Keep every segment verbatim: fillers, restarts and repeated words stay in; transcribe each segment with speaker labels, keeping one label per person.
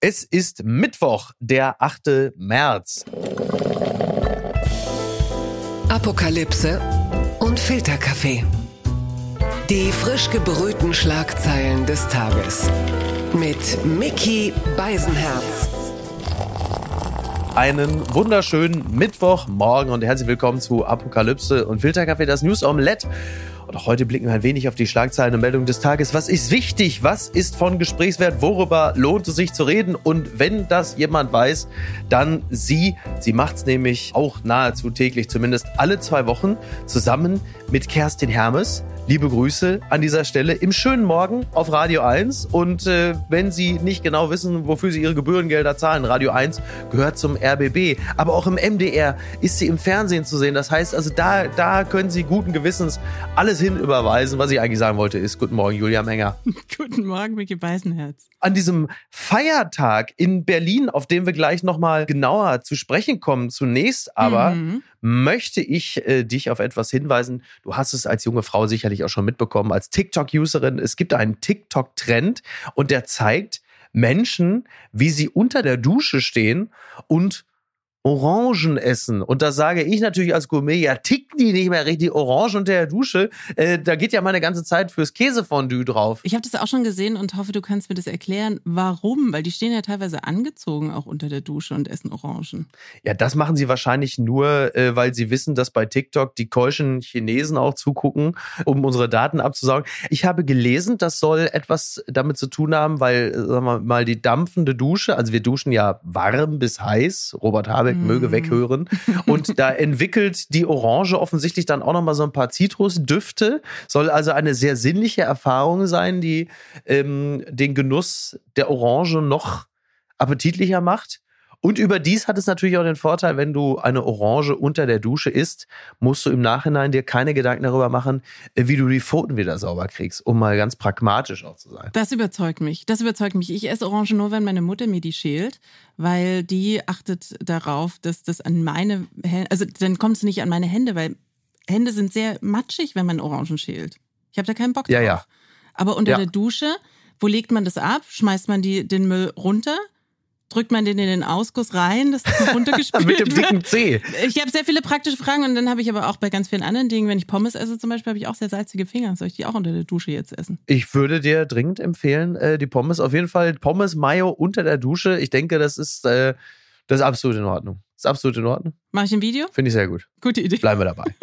Speaker 1: Es ist Mittwoch, der achte März.
Speaker 2: Apokalypse und Filterkaffee. Die frisch gebrühten Schlagzeilen des Tages. Mit Micky Beisenherz.
Speaker 1: Einen wunderschönen Mittwochmorgen und herzlich willkommen zu Apokalypse und Filterkaffee, das News Omelette. Und auch heute blicken wir ein wenig auf die Schlagzeilen und Meldungen des Tages. Was ist wichtig? Was ist von Gesprächswert? Worüber lohnt es sich zu reden? Und wenn das jemand weiß, dann sie. Sie macht es nämlich auch nahezu täglich, zumindest alle zwei Wochen, zusammen mit Kerstin Hermes. Liebe Grüße an dieser Stelle im schönen Morgen auf Radio eins. Und äh, wenn Sie nicht genau wissen, wofür Sie Ihre Gebührengelder zahlen, Radio eins gehört zum R B B. Aber auch im M D R ist sie im Fernsehen zu sehen. Das heißt, also da, da können Sie guten Gewissens alles hin überweisen. Was ich eigentlich sagen wollte ist, guten Morgen, Julia Menger.
Speaker 3: Guten Morgen, Micky Beisenherz.
Speaker 1: An diesem Feiertag in Berlin, auf den wir gleich nochmal genauer zu sprechen kommen, zunächst aber mhm. möchte ich äh, dich auf etwas hinweisen. Du hast es als junge Frau sicherlich auch schon mitbekommen, als TikTok-Userin. Es gibt einen TikTok-Trend und der zeigt Menschen, wie sie unter der Dusche stehen und Orangen essen. Und da sage ich natürlich als Gourmet, ja, ticken die nicht mehr richtig Orangen unter der Dusche? Äh, da geht ja meine ganze Zeit fürs Käsefondue drauf.
Speaker 3: Ich habe das auch schon gesehen und hoffe, du kannst mir das erklären, warum. Weil die stehen ja teilweise angezogen auch unter der Dusche und essen Orangen.
Speaker 1: Ja, das machen sie wahrscheinlich nur, äh, weil sie wissen, dass bei TikTok die keuschen Chinesen auch zugucken, um unsere Daten abzusaugen. Ich habe gelesen, das soll etwas damit zu tun haben, weil, sagen wir mal, die dampfende Dusche, also wir duschen ja warm bis heiß, Robert Habeck möge weghören. Und da entwickelt die Orange offensichtlich dann auch nochmal so ein paar Zitrusdüfte. Soll also eine sehr sinnliche Erfahrung sein, die ähm, den Genuss der Orange noch appetitlicher macht. Und überdies hat es natürlich auch den Vorteil, wenn du eine Orange unter der Dusche isst, musst du im Nachhinein dir keine Gedanken darüber machen, wie du die Pfoten wieder sauber kriegst, um mal ganz pragmatisch auch zu sein.
Speaker 3: Das überzeugt mich, das überzeugt mich. Ich esse Orange nur, wenn meine Mutter mir die schält, weil die achtet darauf, dass das an meine Hände, also dann kommt es nicht an meine Hände, weil Hände sind sehr matschig, wenn man Orangen schält. Ich habe da keinen Bock drauf.
Speaker 1: Ja, ja.
Speaker 3: Aber unter
Speaker 1: ja.
Speaker 3: der Dusche, wo legt man das ab? Schmeißt man die, den Müll runter? Drückt man den in den Ausguss rein, dass das runtergespült wird?
Speaker 1: Mit dem dicken Zeh.
Speaker 3: Ich habe sehr viele praktische Fragen und dann habe ich aber auch bei ganz vielen anderen Dingen, wenn ich Pommes esse zum Beispiel, habe ich auch sehr salzige Finger. Soll ich die auch unter der Dusche jetzt essen?
Speaker 1: Ich würde dir dringend empfehlen, die Pommes, auf jeden Fall Pommes Mayo unter der Dusche. Ich denke, das ist, das ist absolut in Ordnung. Das ist absolut in Ordnung.
Speaker 3: Mache ich ein Video?
Speaker 1: Finde ich sehr gut.
Speaker 3: Gute Idee.
Speaker 1: Bleiben wir dabei.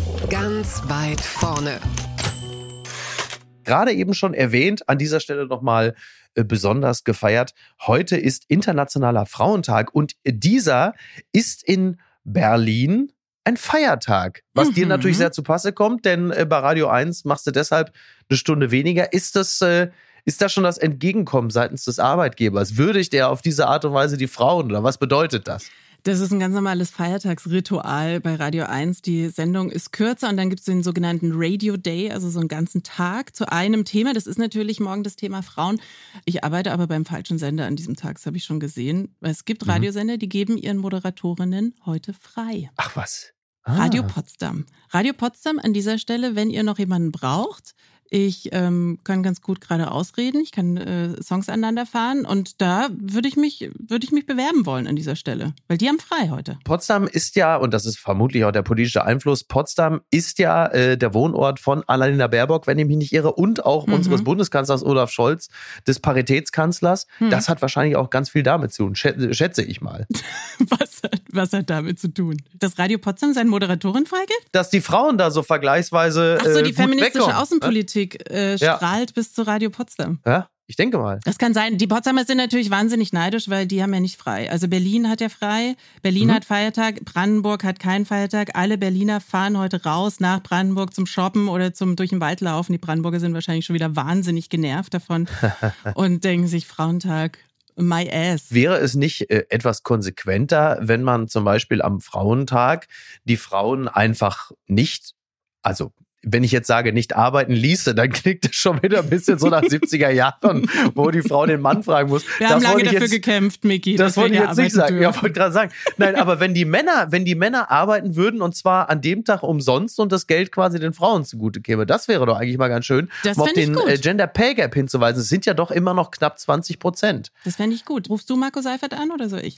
Speaker 2: Ganz weit vorne.
Speaker 1: Gerade eben schon erwähnt, an dieser Stelle nochmal äh, besonders gefeiert. Heute ist Internationaler Frauentag und dieser ist in Berlin ein Feiertag, was mhm. dir natürlich sehr zu Passe kommt, denn äh, bei Radio eins machst du deshalb eine Stunde weniger. Ist das, äh, ist das schon das Entgegenkommen seitens des Arbeitgebers? Würdigt er auf diese Art und Weise die Frauen oder was bedeutet das?
Speaker 3: Das ist ein ganz normales Feiertagsritual bei Radio eins. Die Sendung ist kürzer und dann gibt es den sogenannten Radio Day, also so einen ganzen Tag zu einem Thema. Das ist natürlich morgen das Thema Frauen. Ich arbeite aber beim falschen Sender an diesem Tag, das habe ich schon gesehen. Es gibt Radiosender, die geben ihren Moderatorinnen heute frei.
Speaker 1: Ach was. Ah.
Speaker 3: Radio Potsdam. Radio Potsdam an dieser Stelle, wenn ihr noch jemanden braucht. Ich ähm, kann ganz gut gerade ausreden, ich kann äh, Songs aneinander fahren und da würde ich mich würde ich mich bewerben wollen an dieser Stelle, weil die haben frei heute.
Speaker 1: Potsdam ist ja, und das ist vermutlich auch der politische Einfluss, Potsdam ist ja äh, der Wohnort von Annalena Baerbock, wenn ich mich nicht irre, und auch mhm. unseres Bundeskanzlers Olaf Scholz, des Paritätskanzlers. Mhm. Das hat wahrscheinlich auch ganz viel damit zu tun, schätze ich mal.
Speaker 3: was, hat, was hat damit zu tun? Dass Radio Potsdam seine Moderatorin freigibt?
Speaker 1: Dass die Frauen da so vergleichsweise
Speaker 3: Ach so, die
Speaker 1: äh,
Speaker 3: feministische
Speaker 1: wegkommen.
Speaker 3: Außenpolitik Äh, strahlt ja. bis zu Radio Potsdam.
Speaker 1: Ja, ich denke mal.
Speaker 3: Das kann sein. Die Potsdamer sind natürlich wahnsinnig neidisch, weil die haben ja nicht frei. Also Berlin hat ja frei, Berlin mhm. hat Feiertag, Brandenburg hat keinen Feiertag. Alle Berliner fahren heute raus nach Brandenburg zum Shoppen oder zum durch den Wald laufen. Die Brandenburger sind wahrscheinlich schon wieder wahnsinnig genervt davon und denken sich, Frauentag, my ass.
Speaker 1: Wäre es nicht äh, etwas konsequenter, wenn man zum Beispiel am Frauentag die Frauen einfach nicht, also wenn ich jetzt sage, nicht arbeiten ließe, dann klingt das schon wieder ein bisschen so nach siebziger Jahren, wo die Frau den Mann fragen muss.
Speaker 3: Wir
Speaker 1: das
Speaker 3: haben lange dafür
Speaker 1: jetzt,
Speaker 3: gekämpft, Miki.
Speaker 1: Das wollte ich jetzt nicht sagen.
Speaker 3: Dürfen.
Speaker 1: Ja, wollte gerade sagen. Nein, aber wenn die Männer, wenn die Männer arbeiten würden und zwar an dem Tag umsonst und das Geld quasi den Frauen zugute käme, das wäre doch eigentlich mal ganz schön,
Speaker 3: das
Speaker 1: um auf den
Speaker 3: gut.
Speaker 1: Gender Pay Gap hinzuweisen. Es sind ja doch immer noch knapp zwanzig Prozent.
Speaker 3: Das fände ich gut. Rufst du Marco Seifert an oder soll ich?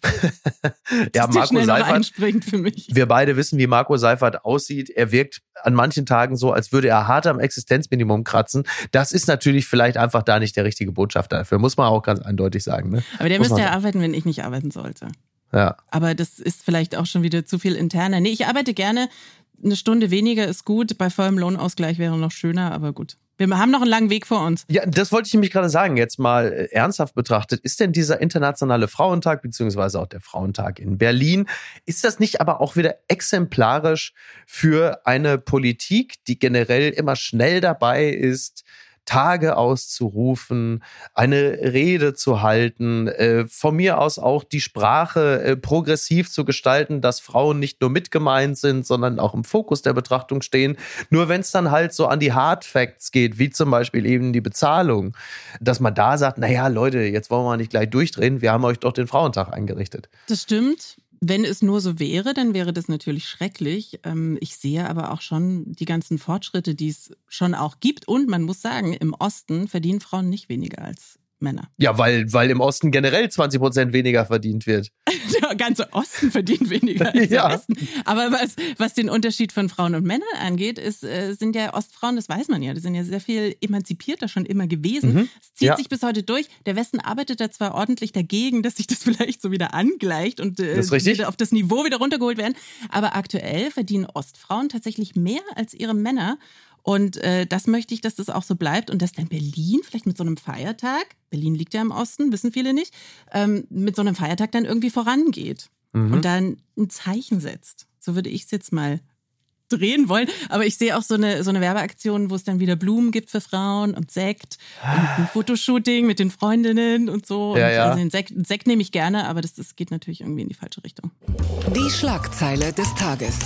Speaker 1: Ja, Marco Seifert.
Speaker 3: Für mich.
Speaker 1: Wir beide wissen, wie Marco Seifert aussieht. Er wirkt an manchen Tagen so, als würde er hart am Existenzminimum kratzen. Das ist natürlich vielleicht einfach da nicht der richtige Botschafter dafür. Muss man auch ganz eindeutig sagen. Ne?
Speaker 3: Aber der
Speaker 1: Muss
Speaker 3: müsste ja
Speaker 1: sagen.
Speaker 3: arbeiten, wenn ich nicht arbeiten sollte.
Speaker 1: Ja.
Speaker 3: Aber das ist vielleicht auch schon wieder zu viel interner. Nee, ich arbeite gerne. Eine Stunde weniger ist gut. Bei vollem Lohnausgleich wäre noch schöner, aber gut. Wir haben noch einen langen Weg vor uns.
Speaker 1: Ja, das wollte ich nämlich gerade sagen, jetzt mal äh, ernsthaft betrachtet. Ist denn dieser internationale Frauentag, beziehungsweise auch der Frauentag in Berlin, ist das nicht aber auch wieder exemplarisch für eine Politik, die generell immer schnell dabei ist, Tage auszurufen, eine Rede zu halten, äh, von mir aus auch die Sprache äh, progressiv zu gestalten, dass Frauen nicht nur mitgemeint sind, sondern auch im Fokus der Betrachtung stehen. Nur wenn es dann halt so an die Hard Facts geht, wie zum Beispiel eben die Bezahlung, dass man da sagt, naja Leute, jetzt wollen wir nicht gleich durchdrehen, wir haben euch doch den Frauentag eingerichtet.
Speaker 3: Das stimmt. Wenn es nur so wäre, dann wäre das natürlich schrecklich. Ich sehe aber auch schon die ganzen Fortschritte, die es schon auch gibt. Und man muss sagen, im Osten verdienen Frauen nicht weniger als Männer.
Speaker 1: Ja, weil, weil im Osten generell zwanzig Prozent weniger verdient wird.
Speaker 3: Der ganze Osten verdient weniger als
Speaker 1: ja.
Speaker 3: der Westen. Aber was, was den Unterschied von Frauen und Männern angeht, ist, äh, sind ja Ostfrauen, das weiß man ja, die sind ja sehr viel emanzipierter schon immer gewesen. Es mhm. zieht ja. sich bis heute durch. Der Westen arbeitet da zwar ordentlich dagegen, dass sich das vielleicht so wieder angleicht und äh,
Speaker 1: das wieder
Speaker 3: auf das Niveau wieder runtergeholt werden. Aber aktuell verdienen Ostfrauen tatsächlich mehr als ihre Männer. Und äh, das möchte ich, dass das auch so bleibt und dass dann Berlin vielleicht mit so einem Feiertag, Berlin liegt ja im Osten, wissen viele nicht, ähm, mit so einem Feiertag dann irgendwie vorangeht mhm. und dann ein Zeichen setzt. So würde ich es jetzt mal drehen wollen. Aber ich sehe auch so eine, so eine Werbeaktion, wo es dann wieder Blumen gibt für Frauen und Sekt und ein Fotoshooting mit den Freundinnen und so.
Speaker 1: Ja,
Speaker 3: und
Speaker 1: ja.
Speaker 3: Also den Sekt, Sekt nehme ich gerne, aber das, das geht natürlich irgendwie in die falsche Richtung.
Speaker 2: Die Schlagzeile des Tages.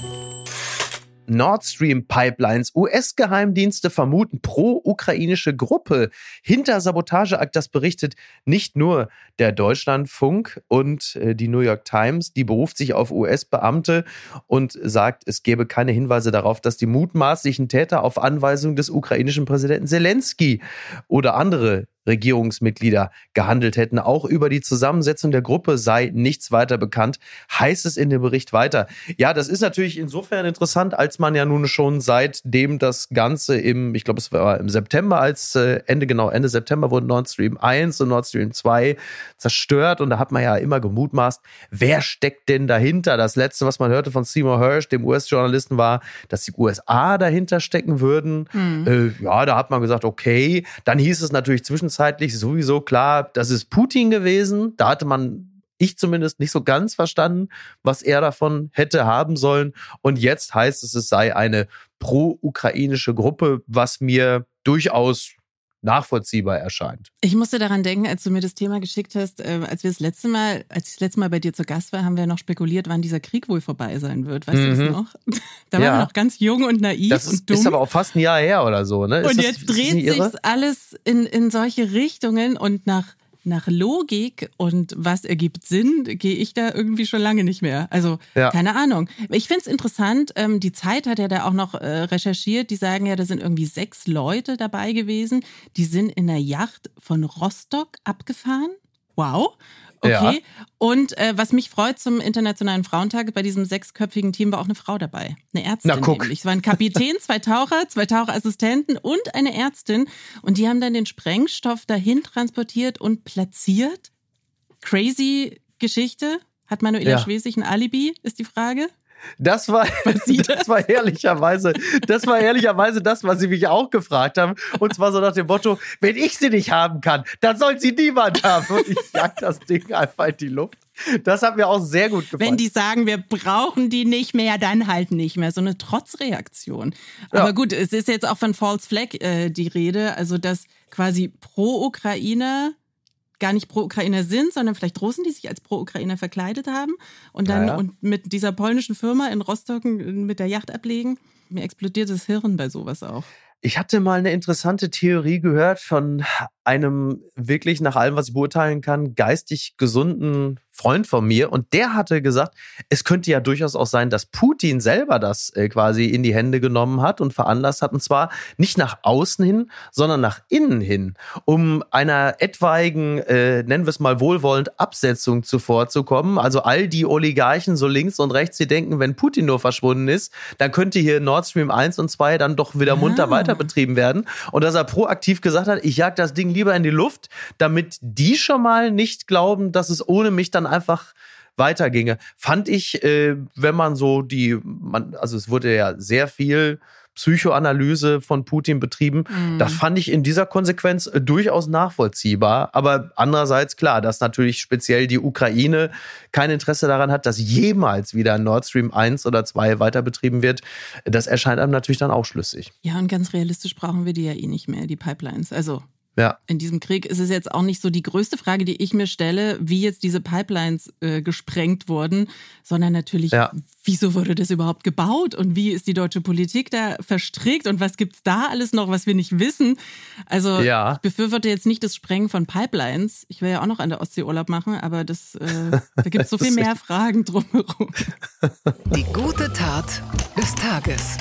Speaker 1: Nord Stream Pipelines. U S-Geheimdienste vermuten pro-ukrainische Gruppe hinter Sabotageakt. Das berichtet nicht nur der Deutschlandfunk und äh, die New York Times. Die beruft sich auf U S-Beamte und sagt, es gebe keine Hinweise darauf, dass die mutmaßlichen Täter auf Anweisung des ukrainischen Präsidenten Zelensky oder andere Regierungsmitglieder gehandelt hätten. Auch über die Zusammensetzung der Gruppe sei nichts weiter bekannt, heißt es in dem Bericht weiter. Ja, das ist natürlich insofern interessant, als man ja nun schon seitdem das Ganze im, ich glaube es war im September, als äh, Ende, genau Ende September wurden Nord Stream eins und Nord Stream zwei zerstört und da hat man ja immer gemutmaßt, wer steckt denn dahinter? Das Letzte, was man hörte von Seymour Hersh, dem U S-Journalisten, war, dass die U S A dahinter stecken würden. Mhm. Äh, ja, da hat man gesagt, okay. Dann hieß es natürlich zwischenzeitlich Zeitlich sowieso klar, das ist Putin gewesen. Da hatte man, ich zumindest, nicht so ganz verstanden, was er davon hätte haben sollen. Und jetzt heißt es, es sei eine pro-ukrainische Gruppe, was mir durchaus nachvollziehbar erscheint.
Speaker 3: Ich musste daran denken, als du mir das Thema geschickt hast, äh, als wir das letzte Mal, als ich das letzte Mal bei dir zu Gast war, haben wir noch spekuliert, wann dieser Krieg wohl vorbei sein wird. Weißt mhm. du das noch? Da
Speaker 1: ja.
Speaker 3: waren wir noch ganz jung und naiv
Speaker 1: das
Speaker 3: und
Speaker 1: ist,
Speaker 3: dumm.
Speaker 1: ist aber auch fast ein Jahr her oder so, ne? Ist
Speaker 3: und
Speaker 1: das,
Speaker 3: jetzt dreht sich alles in, in solche Richtungen und nach Nach Logik und was ergibt Sinn, gehe ich da irgendwie schon lange nicht mehr. Also, ja. keine Ahnung. Ich finde es interessant, ähm, die Zeit hat ja da auch noch äh, recherchiert, die sagen ja, da sind irgendwie sechs Leute dabei gewesen, die sind in der Yacht von Rostock abgefahren. Wow. Okay. Ja. Und äh, was mich freut, zum Internationalen Frauentag, bei diesem sechsköpfigen Team war auch eine Frau dabei. Eine Ärztin.
Speaker 1: Na, guck.
Speaker 3: Nämlich. Es war ein Kapitän, zwei Taucher, zwei Taucherassistenten und eine Ärztin. Und die haben dann den Sprengstoff dahin transportiert und platziert. Crazy Geschichte. Hat Manuela ja. Schwesig ein Alibi, ist die Frage.
Speaker 1: Das war, das war ehrlicherweise, das war ehrlicherweise das, was sie mich auch gefragt haben. Und zwar so nach dem Motto, wenn ich sie nicht haben kann, dann soll sie niemand haben. Und ich jag das Ding einfach in die Luft. Das hat mir auch sehr gut gefallen.
Speaker 3: Wenn die sagen, wir brauchen die nicht mehr, dann halt nicht mehr. So eine Trotzreaktion. Aber ja. gut, es ist jetzt auch von False Flag äh, die Rede. Also, dass quasi Pro-Ukrainer gar nicht Pro-Ukrainer sind, sondern vielleicht Russen, die sich als Pro-Ukrainer verkleidet haben und dann ja, ja. und mit dieser polnischen Firma in Rostock mit der Yacht ablegen. mir explodiert das Hirn bei sowas auch.
Speaker 1: Ich hatte mal eine interessante Theorie gehört von einem wirklich, nach allem, was ich beurteilen kann, geistig gesunden Freund von mir. Und der hatte gesagt, es könnte ja durchaus auch sein, dass Putin selber das äh, quasi in die Hände genommen hat und veranlasst hat. Und zwar nicht nach außen hin, sondern nach innen hin, um einer etwaigen, äh, nennen wir es mal wohlwollend, Absetzung zuvorzukommen. Also all die Oligarchen so links und rechts, die denken, wenn Putin nur verschwunden ist, dann könnte hier Nord Stream eins und zwei dann doch wieder munter ah. weiter betrieben werden. Und dass er proaktiv gesagt hat, ich jag das Ding lieber in die Luft, damit die schon mal nicht glauben, dass es ohne mich dann einfach weiterginge. Fand ich, äh, wenn man so die, man, also es wurde ja sehr viel Psychoanalyse von Putin betrieben. Mhm. Das fand ich in dieser Konsequenz äh, durchaus nachvollziehbar. Aber andererseits klar, dass natürlich speziell die Ukraine kein Interesse daran hat, dass jemals wieder Nord Stream eins oder zwei weiter betrieben wird. Das erscheint einem natürlich dann auch schlüssig.
Speaker 3: Ja, und ganz realistisch brauchen wir die ja eh nicht mehr, die Pipelines. Also
Speaker 1: ja.
Speaker 3: In diesem Krieg ist es jetzt auch nicht so die größte Frage, die ich mir stelle, wie jetzt diese Pipelines äh, gesprengt wurden, sondern natürlich, ja. wieso wurde das überhaupt gebaut und wie ist die deutsche Politik da verstrickt und was gibt's da alles noch, was wir nicht wissen? Also ja. ich befürworte jetzt nicht das Sprengen von Pipelines. Ich will ja auch noch an der Ostsee Urlaub machen, aber das, äh, da gibt's so viel mehr Fragen drumherum.
Speaker 2: Die gute Tat des Tages.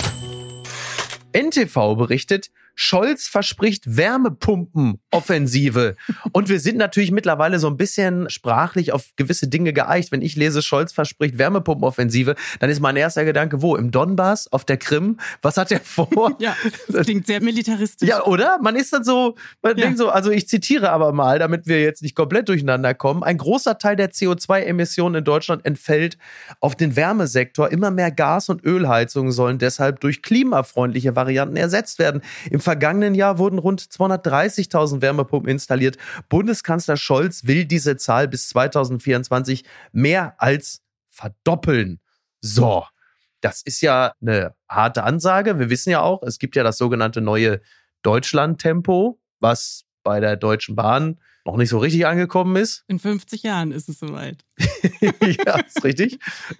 Speaker 1: N T V berichtet, Scholz verspricht Wärmepumpenoffensive. Und wir sind natürlich mittlerweile so ein bisschen sprachlich auf gewisse Dinge geeicht. Wenn ich lese, Scholz verspricht Wärmepumpenoffensive, dann ist mein erster Gedanke, wo? Im Donbass? Auf der Krim? Was hat er vor?
Speaker 3: Ja, das klingt sehr militaristisch.
Speaker 1: Ja, oder? Man ist dann so, man ja. denkt so, also ich zitiere aber mal, damit wir jetzt nicht komplett durcheinander kommen. Ein großer Teil der C O zwei Emissionen in Deutschland entfällt auf den Wärmesektor. Immer mehr Gas- und Ölheizungen sollen deshalb durch klimafreundliche Varianten ersetzt werden. Im vergangenen Jahr wurden rund zweihundertdreißigtausend Wärmepumpen installiert. Bundeskanzler Scholz will diese Zahl bis zweitausendvierundzwanzig mehr als verdoppeln. So, das ist ja eine harte Ansage. Wir wissen ja auch, es gibt ja das sogenannte neue Deutschland-Tempo, was bei der Deutschen Bahn noch nicht so richtig angekommen ist.
Speaker 3: In fünfzig Jahren ist es soweit.
Speaker 1: Ja, ist richtig.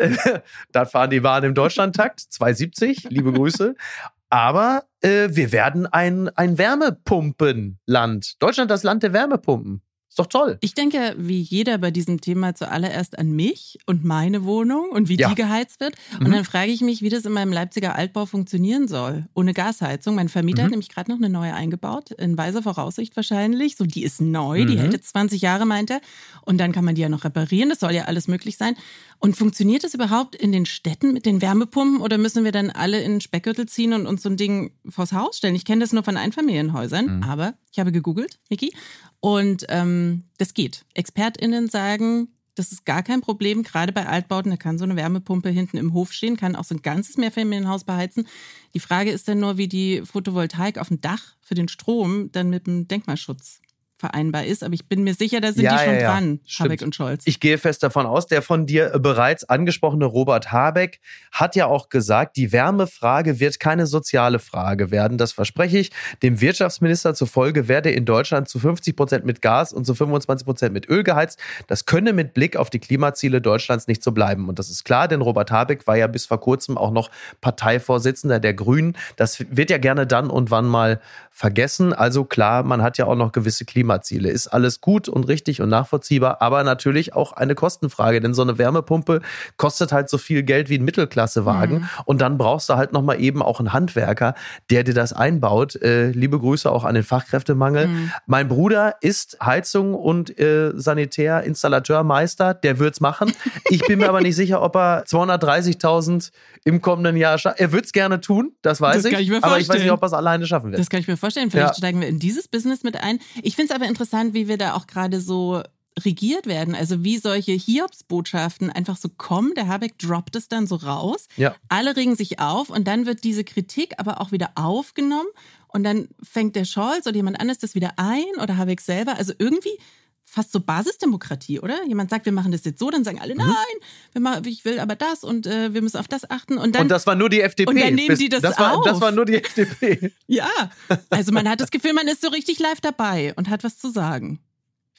Speaker 1: Da fahren die Bahnen im Deutschlandtakt, zweihundertsiebzig, liebe Grüße. Aber äh, wir werden ein, ein Wärmepumpenland. Deutschland, das Land der Wärmepumpen. Ist doch toll.
Speaker 3: Ich denke, wie jeder bei diesem Thema zuallererst an mich und meine Wohnung und wie ja. die geheizt wird. Und mhm. dann frage ich mich, wie das in meinem Leipziger Altbau funktionieren soll. Ohne Gasheizung. Mein Vermieter mhm. hat nämlich gerade noch eine neue eingebaut. In weiser Voraussicht wahrscheinlich. So, die ist neu. Mhm. Die hält jetzt zwanzig Jahre, meint er. Und dann kann man die ja noch reparieren. Das soll ja alles möglich sein. Und funktioniert das überhaupt in den Städten mit den Wärmepumpen? Oder müssen wir dann alle in den Speckgürtel ziehen und uns so ein Ding vors Haus stellen? Ich kenne das nur von Einfamilienhäusern. Mhm. Aber ich habe gegoogelt, Niki. Und ähm, das geht. ExpertInnen sagen, das ist gar kein Problem, gerade bei Altbauten. Da kann so eine Wärmepumpe hinten im Hof stehen, kann auch so ein ganzes Mehrfamilienhaus beheizen. Die Frage ist dann nur, wie die Photovoltaik auf dem Dach für den Strom dann mit dem Denkmalschutz vereinbar ist. Aber ich bin mir sicher, da sind ja, die schon ja, ja. dran, Stimmt. Habeck und Scholz.
Speaker 1: Ich gehe fest davon aus, der von dir bereits angesprochene Robert Habeck hat ja auch gesagt, die Wärmefrage wird keine soziale Frage werden. Das verspreche ich. Dem Wirtschaftsminister zufolge werde in Deutschland zu fünfzig Prozent mit Gas und zu fünfundzwanzig Prozent mit Öl geheizt. Das könne mit Blick auf die Klimaziele Deutschlands nicht so bleiben. Und das ist klar, denn Robert Habeck war ja bis vor kurzem auch noch Parteivorsitzender der Grünen. Das wird ja gerne dann und wann mal vergessen. Also klar, man hat ja auch noch gewisse Klimaziele. Klimaziele. Ist alles gut und richtig und nachvollziehbar, aber natürlich auch eine Kostenfrage, denn so eine Wärmepumpe kostet halt so viel Geld wie ein Mittelklassewagen mhm. und dann brauchst du halt nochmal eben auch einen Handwerker, der dir das einbaut. Äh, liebe Grüße auch an den Fachkräftemangel. Mhm. Mein Bruder ist Heizung und äh, Sanitär-Installateurmeister, der wird's machen. Ich bin mir aber nicht sicher, ob er zweihundertdreißigtausend im kommenden Jahr schafft. Er wird's gerne tun, das weiß
Speaker 3: das
Speaker 1: ich,
Speaker 3: ich
Speaker 1: aber ich weiß nicht, ob er es alleine schaffen wird.
Speaker 3: Das kann ich mir vorstellen. Vielleicht ja. steigen wir in dieses Business mit ein. Ich finde es aber interessant, wie wir da auch gerade so regiert werden. Also wie solche Hiobsbotschaften einfach so kommen. Der Habeck droppt es dann so raus. Ja. Alle regen sich auf und dann wird diese Kritik aber auch wieder aufgenommen und dann fängt der Scholz oder jemand anderes das wieder ein oder Habeck selber. Also irgendwie fast so Basisdemokratie, oder? Jemand sagt, wir machen das jetzt so, dann sagen alle, mhm. nein, wir machen, ich will aber das und äh, wir müssen auf das achten. Und, dann,
Speaker 1: und das war nur die F D P.
Speaker 3: Und dann nehmen die das,
Speaker 1: das war,
Speaker 3: auf.
Speaker 1: Das war nur die F D P.
Speaker 3: Ja, also man hat das Gefühl, man ist so richtig live dabei und hat was zu sagen.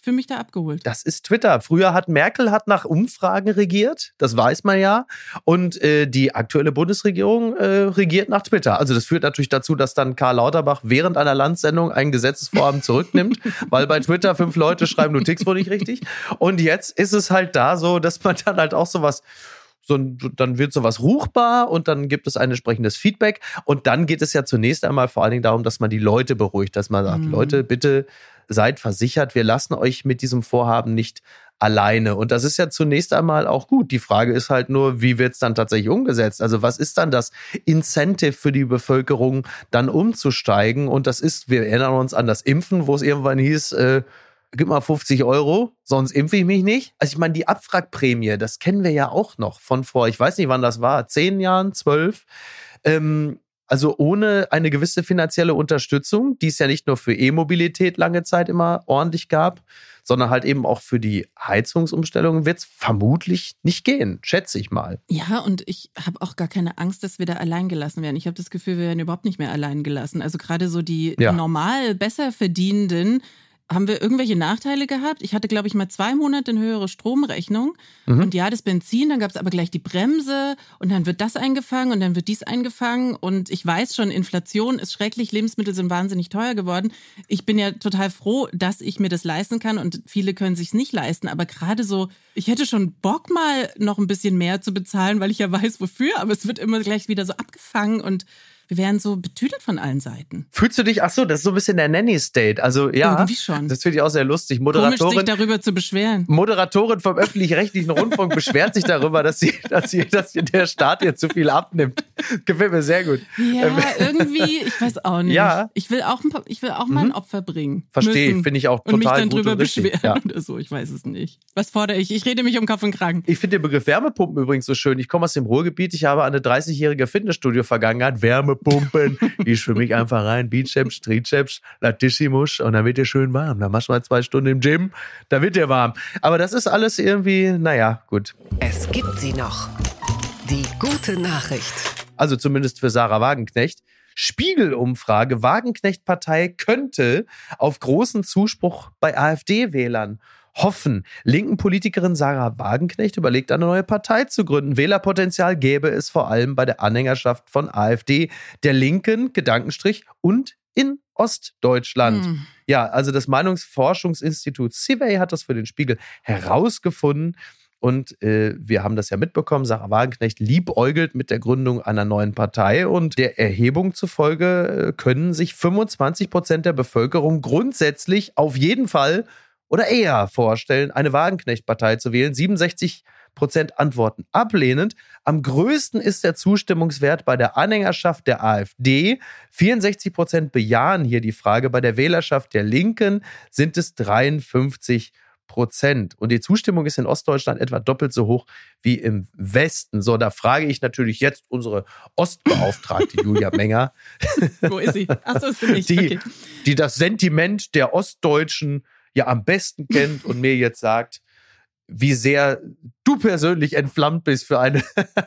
Speaker 3: fühle mich da abgeholt.
Speaker 1: Das ist Twitter. Früher hat Merkel hat nach Umfragen regiert, das weiß man ja. Und äh, die aktuelle Bundesregierung äh, regiert nach Twitter. Also das führt natürlich dazu, dass dann Karl Lauterbach während einer Landsendung ein Gesetzesvorhaben zurücknimmt, weil bei Twitter fünf Leute schreiben, du tickst wohl nicht richtig. Und jetzt ist es halt da so, dass man dann halt auch sowas... So, dann wird sowas ruchbar und dann gibt es ein entsprechendes Feedback. Und dann geht es ja zunächst einmal vor allen Dingen darum, dass man die Leute beruhigt, dass man sagt, mhm. Leute, bitte seid versichert, wir lassen euch mit diesem Vorhaben nicht alleine. Und das ist ja zunächst einmal auch gut. Die Frage ist halt nur, wie wird es dann tatsächlich umgesetzt? Also was ist dann das Incentive für die Bevölkerung, dann umzusteigen? Und das ist, wir erinnern uns an das Impfen, wo es irgendwann hieß, äh, gib mal fünfzig Euro, sonst impfe ich mich nicht. Also ich meine, die Abwrackprämie, das kennen wir ja auch noch von vor, ich weiß nicht, wann das war, zehn Jahren, zwölf. Ähm, also ohne eine gewisse finanzielle Unterstützung, die es ja nicht nur für E-Mobilität lange Zeit immer ordentlich gab, sondern halt eben auch für die Heizungsumstellung wird es vermutlich nicht gehen, schätze ich mal.
Speaker 3: Ja, und ich habe auch gar keine Angst, dass wir da allein gelassen werden. Ich habe das Gefühl, wir werden überhaupt nicht mehr allein gelassen. Also gerade so die ja. normal besser verdienenden, haben wir irgendwelche Nachteile gehabt? Ich hatte, glaube ich, mal zwei Monate eine höhere Stromrechnung. Mhm. Und ja, das Benzin, dann gab es aber gleich die Bremse und dann wird das eingefangen und dann wird dies eingefangen. Und ich weiß schon, Inflation ist schrecklich, Lebensmittel sind wahnsinnig teuer geworden. Ich bin ja total froh, dass ich mir das leisten kann und viele können sich es nicht leisten. Aber gerade so, ich hätte schon Bock mal noch ein bisschen mehr zu bezahlen, weil ich ja weiß, wofür. Aber es wird immer gleich wieder so abgefangen und wir werden so betüdelt von allen Seiten.
Speaker 1: Fühlst du dich, ach so, das ist so ein bisschen der Nanny-State. Also ja,
Speaker 3: irgendwie schon.
Speaker 1: Das finde ich auch sehr lustig. Moderatorin,
Speaker 3: komisch, sich darüber zu beschweren.
Speaker 1: Moderatorin vom öffentlich-rechtlichen Rundfunk beschwert sich darüber, dass sie, dass sie, dass der Staat ihr zu viel abnimmt. Gefällt mir sehr gut.
Speaker 3: Ja, irgendwie, ich weiß auch nicht.
Speaker 1: Ja.
Speaker 3: Ich will auch, ich will auch mal ein Opfer bringen.
Speaker 1: Verstehe ich, finde ich auch total gut.
Speaker 3: Und mich dann
Speaker 1: gut
Speaker 3: drüber
Speaker 1: und richtig.
Speaker 3: beschweren
Speaker 1: Ja.
Speaker 3: oder so, ich weiß es nicht. Was fordere ich? Ich rede mich um Kopf und Kragen.
Speaker 1: Ich finde den Begriff Wärmepumpen übrigens so schön. Ich komme aus dem Ruhrgebiet, ich habe eine dreißigjährige Fitnessstudio-Vergangenheit. Wärmepumpen. Ich schwimme mich einfach rein, Bizeps, Trizeps, Latissimus und dann wird dir schön warm. Dann machst du mal zwei Stunden im Gym, da wird dir warm. Aber das ist alles irgendwie, naja, gut.
Speaker 2: Es gibt sie noch. Die gute Nachricht.
Speaker 1: Also zumindest für Sarah Wagenknecht. Spiegel-Umfrage, Wagenknecht-Partei könnte auf großen Zuspruch bei AfD-Wählern hoffen. Linken Politikerin Sarah Wagenknecht überlegt, eine neue Partei zu gründen. Wählerpotenzial gäbe es vor allem bei der Anhängerschaft von AfD, der Linken, Gedankenstrich, und in Ostdeutschland. Hm. Ja, also das Meinungsforschungsinstitut Civey hat das für den Spiegel herausgefunden. Und äh, wir haben das ja mitbekommen, Sarah Wagenknecht liebäugelt mit der Gründung einer neuen Partei. Und der Erhebung zufolge äh, können sich fünfundzwanzig Prozent der Bevölkerung grundsätzlich auf jeden Fall oder eher vorstellen, eine Wagenknecht-Partei zu wählen. siebenundsechzig Prozent antworten ablehnend. Am größten ist der Zustimmungswert bei der Anhängerschaft der AfD. vierundsechzig Prozent bejahen hier die Frage. Bei der Wählerschaft der Linken sind es dreiundfünfzig Prozent. Und die Zustimmung ist in Ostdeutschland etwa doppelt so hoch wie im Westen. So, da frage ich natürlich jetzt unsere Ostbeauftragte Julia Menger.
Speaker 3: Wo ist sie? Achso, ist sie nicht.
Speaker 1: Die,
Speaker 3: okay.
Speaker 1: die das Sentiment der Ostdeutschen ja am besten kennt und mir jetzt sagt, wie sehr du persönlich entflammt bist für eine,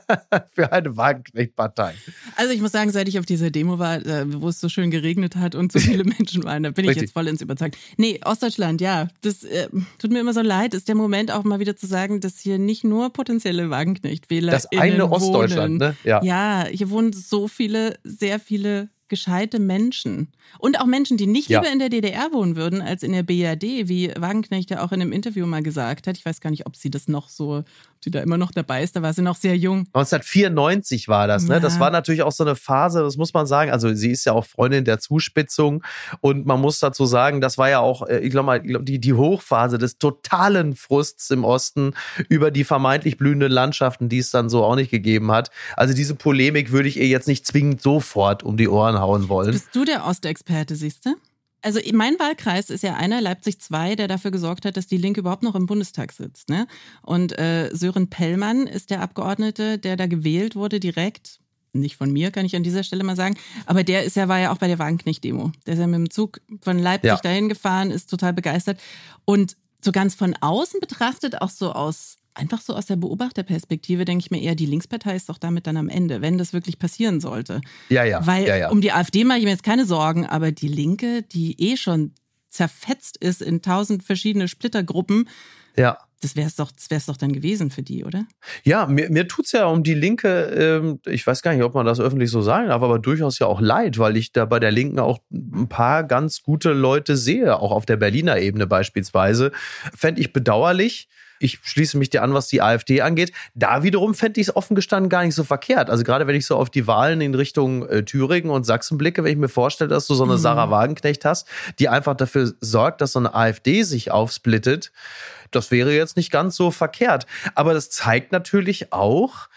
Speaker 1: für eine Wagenknecht-Partei.
Speaker 3: Also ich muss sagen, seit ich auf dieser Demo war, wo es so schön geregnet hat und so viele Menschen waren, da bin ich jetzt voll ins Überzeugt. Nee, Ostdeutschland, ja, das äh, tut mir immer so leid, ist der Moment auch mal wieder zu sagen, dass hier nicht nur potenzielle Wagenknecht-Wähler
Speaker 1: das eine Ostdeutschland, ne?
Speaker 3: Ja. ja, hier wohnen so viele, sehr viele gescheite Menschen. Und auch Menschen, die nicht
Speaker 1: ja.
Speaker 3: lieber in der D D R wohnen würden als in der B R D, wie Wagenknecht ja auch in einem Interview mal gesagt hat. Ich weiß gar nicht, ob sie das noch so, ob sie da immer noch dabei ist. Da war sie noch sehr jung.
Speaker 1: neunzehnhundertvierundneunzig war das, ne?
Speaker 3: Ja.
Speaker 1: Das war natürlich auch so eine Phase, das muss man sagen. Also sie ist ja auch Freundin der Zuspitzung und man muss dazu sagen, das war ja auch, ich glaube mal, die, die Hochphase des totalen Frusts im Osten über die vermeintlich blühenden Landschaften, die es dann so auch nicht gegeben hat. Also diese Polemik würde ich ihr jetzt nicht zwingend sofort um die Ohren hauen wollen.
Speaker 3: Bist du der Ostexperte, siehst du? Also mein Wahlkreis ist ja einer, Leipzig zwei, der dafür gesorgt hat, dass die Linke überhaupt noch im Bundestag sitzt. Ne? Und äh, Sören Pellmann ist der Abgeordnete, der da gewählt wurde direkt. Nicht von mir, kann ich an dieser Stelle mal sagen. Aber der ist ja, war ja auch bei der Wagenknecht-Demo. Der ist ja mit dem Zug von Leipzig ja. dahin gefahren, ist total begeistert. Und so ganz von außen betrachtet, auch so aus einfach so aus der Beobachterperspektive denke ich mir eher, die Linkspartei ist doch damit dann am Ende, wenn das wirklich passieren sollte.
Speaker 1: Ja, ja.
Speaker 3: Weil
Speaker 1: ja, ja.
Speaker 3: um die AfD mache ich mir jetzt keine Sorgen, aber die Linke, die eh schon zerfetzt ist in tausend verschiedene Splittergruppen.
Speaker 1: Ja.
Speaker 3: Das wäre es doch, das wär's doch dann gewesen für die, oder?
Speaker 1: Ja, mir, mir tut's ja um die Linke, ähm, ich weiß gar nicht, ob man das öffentlich so sagen darf, aber durchaus ja auch leid, weil ich da bei der Linken auch ein paar ganz gute Leute sehe, auch auf der Berliner Ebene beispielsweise. Fände ich bedauerlich. Ich schließe mich dir an, was die AfD angeht. Da wiederum fände ich es offen gestanden gar nicht so verkehrt. Also gerade wenn ich so auf die Wahlen in Richtung äh, Thüringen und Sachsen blicke, wenn ich mir vorstelle, dass du so eine mhm. Sarah Wagenknecht hast, die einfach dafür sorgt, dass so eine AfD sich aufsplittet, das wäre jetzt nicht ganz so verkehrt. Aber das zeigt natürlich auch,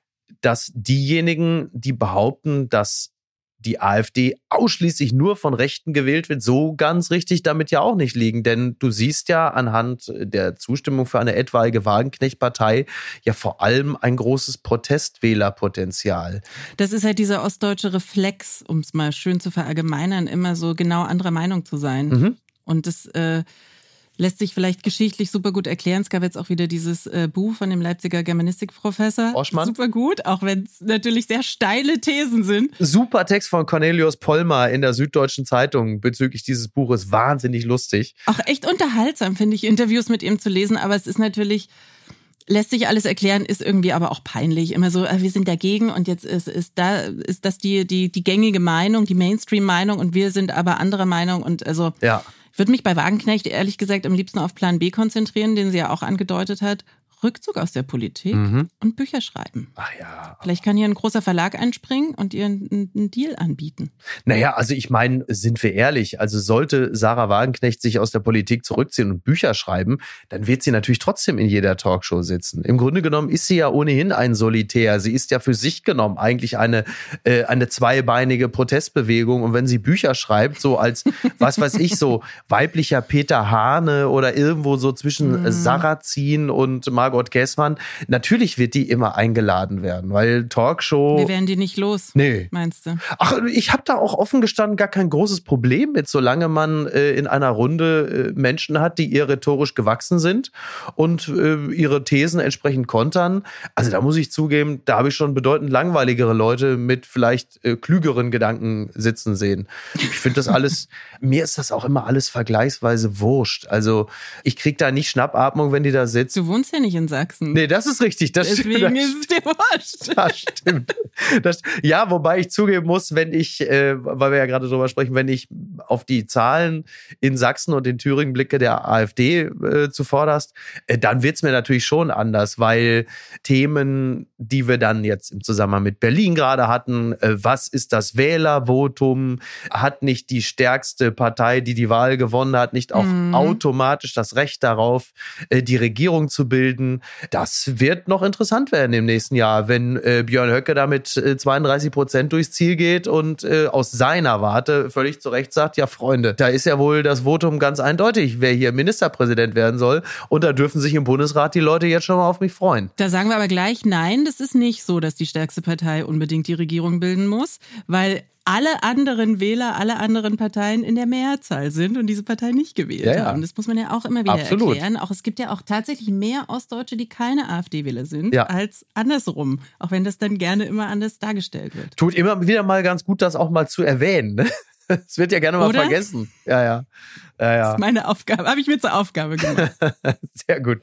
Speaker 1: dass diejenigen, die behaupten, dass die AfD ausschließlich nur von Rechten gewählt wird, so ganz richtig damit ja auch nicht liegen. Denn du siehst ja anhand der Zustimmung für eine etwaige Wagenknecht-Partei ja vor allem ein großes Protestwählerpotenzial.
Speaker 3: Das ist halt dieser ostdeutsche Reflex, um es mal schön zu verallgemeinern, immer so genau anderer Meinung zu sein. Mhm. Und das äh, lässt sich vielleicht geschichtlich super gut erklären. Es gab jetzt auch wieder dieses äh, Buch von dem Leipziger Germanistikprofessor.
Speaker 1: Oschmann.
Speaker 3: Super gut, auch wenn es natürlich sehr steile Thesen sind.
Speaker 1: Super Text von Cornelius Pollmer in der Süddeutschen Zeitung bezüglich dieses Buches. Wahnsinnig lustig.
Speaker 3: Auch echt unterhaltsam, finde ich, Interviews mit ihm zu lesen. Aber es ist natürlich, lässt sich alles erklären, ist irgendwie aber auch peinlich. Immer so, wir sind dagegen und jetzt ist, ist, da, ist das die, die, die gängige Meinung, die Mainstream-Meinung und wir sind aber anderer Meinung. Und also...
Speaker 1: Ja.
Speaker 3: Ich würde mich bei Wagenknecht ehrlich gesagt am liebsten auf Plan B konzentrieren, den sie ja auch angedeutet hat. Rückzug aus der Politik mhm. und Bücher schreiben.
Speaker 1: Ach ja.
Speaker 3: Vielleicht kann hier ein großer Verlag einspringen und ihr einen, einen Deal anbieten.
Speaker 1: Naja, also ich meine, sind wir ehrlich, also sollte Sarah Wagenknecht sich aus der Politik zurückziehen und Bücher schreiben, dann wird sie natürlich trotzdem in jeder Talkshow sitzen. Im Grunde genommen ist sie ja ohnehin ein Solitär. Sie ist ja für sich genommen eigentlich eine, äh, eine zweibeinige Protestbewegung. Und wenn sie Bücher schreibt, so als, was weiß ich, so weiblicher Peter Hane oder irgendwo so zwischen mhm. Sarrazin und Margot Gessmann, natürlich wird die immer eingeladen werden, weil Talkshow...
Speaker 3: Wir werden die nicht los,
Speaker 1: nee.
Speaker 3: meinst du?
Speaker 1: Ach, ich habe da auch offen gestanden gar kein großes Problem mit, solange man äh, in einer Runde äh, Menschen hat, die ihr rhetorisch gewachsen sind und äh, ihre Thesen entsprechend kontern. Also da muss ich zugeben, da habe ich schon bedeutend langweiligere Leute mit vielleicht äh, klügeren Gedanken sitzen sehen. Ich finde das alles, mir ist das auch immer alles vergleichsweise wurscht. Also ich krieg da nicht Schnappatmung, wenn die da sitzt.
Speaker 3: Du wohnst ja nicht in Sachsen.
Speaker 1: Nee, das ist richtig. Das
Speaker 3: Deswegen
Speaker 1: stimmt, das
Speaker 3: ist es dir wurscht.
Speaker 1: Das stimmt. Das, ja, wobei ich zugeben muss, wenn ich, äh, weil wir ja gerade drüber sprechen, wenn ich auf die Zahlen in Sachsen und in Thüringen blicke, der AfD äh, zuvorderst, äh, dann wird's mir natürlich schon anders, weil Themen, die wir dann jetzt im Zusammenhang mit Berlin gerade hatten, äh, was ist das Wählervotum, hat nicht die stärkste Partei, die die Wahl gewonnen hat, nicht auch mhm. automatisch das Recht darauf, äh, die Regierung zu bilden. Das wird noch interessant werden im nächsten Jahr, wenn äh, Björn Höcke da mit äh, zweiunddreißig Prozent durchs Ziel geht und äh, aus seiner Warte völlig zu Recht sagt, ja Freunde, da ist ja wohl das Votum ganz eindeutig, wer hier Ministerpräsident werden soll und da dürfen sich im Bundesrat die Leute jetzt schon mal auf mich freuen.
Speaker 3: Da sagen wir aber gleich, nein, das ist nicht so, dass die stärkste Partei unbedingt die Regierung bilden muss, weil alle anderen Wähler, alle anderen Parteien in der Mehrzahl sind und diese Partei nicht gewählt ja, ja. haben. Das muss man ja auch immer wieder Absolut. erklären. Auch es gibt ja auch tatsächlich mehr Ostdeutsche, die keine AfD-Wähler sind, ja. als andersrum. Auch wenn das dann gerne immer anders dargestellt wird.
Speaker 1: Tut immer wieder mal ganz gut, das auch mal zu erwähnen. Ne? Das wird ja gerne mal
Speaker 3: Oder?
Speaker 1: vergessen. Ja, ja. ja, ja.
Speaker 3: Das ist meine Aufgabe. Habe ich mir zur Aufgabe gemacht.
Speaker 1: Sehr gut.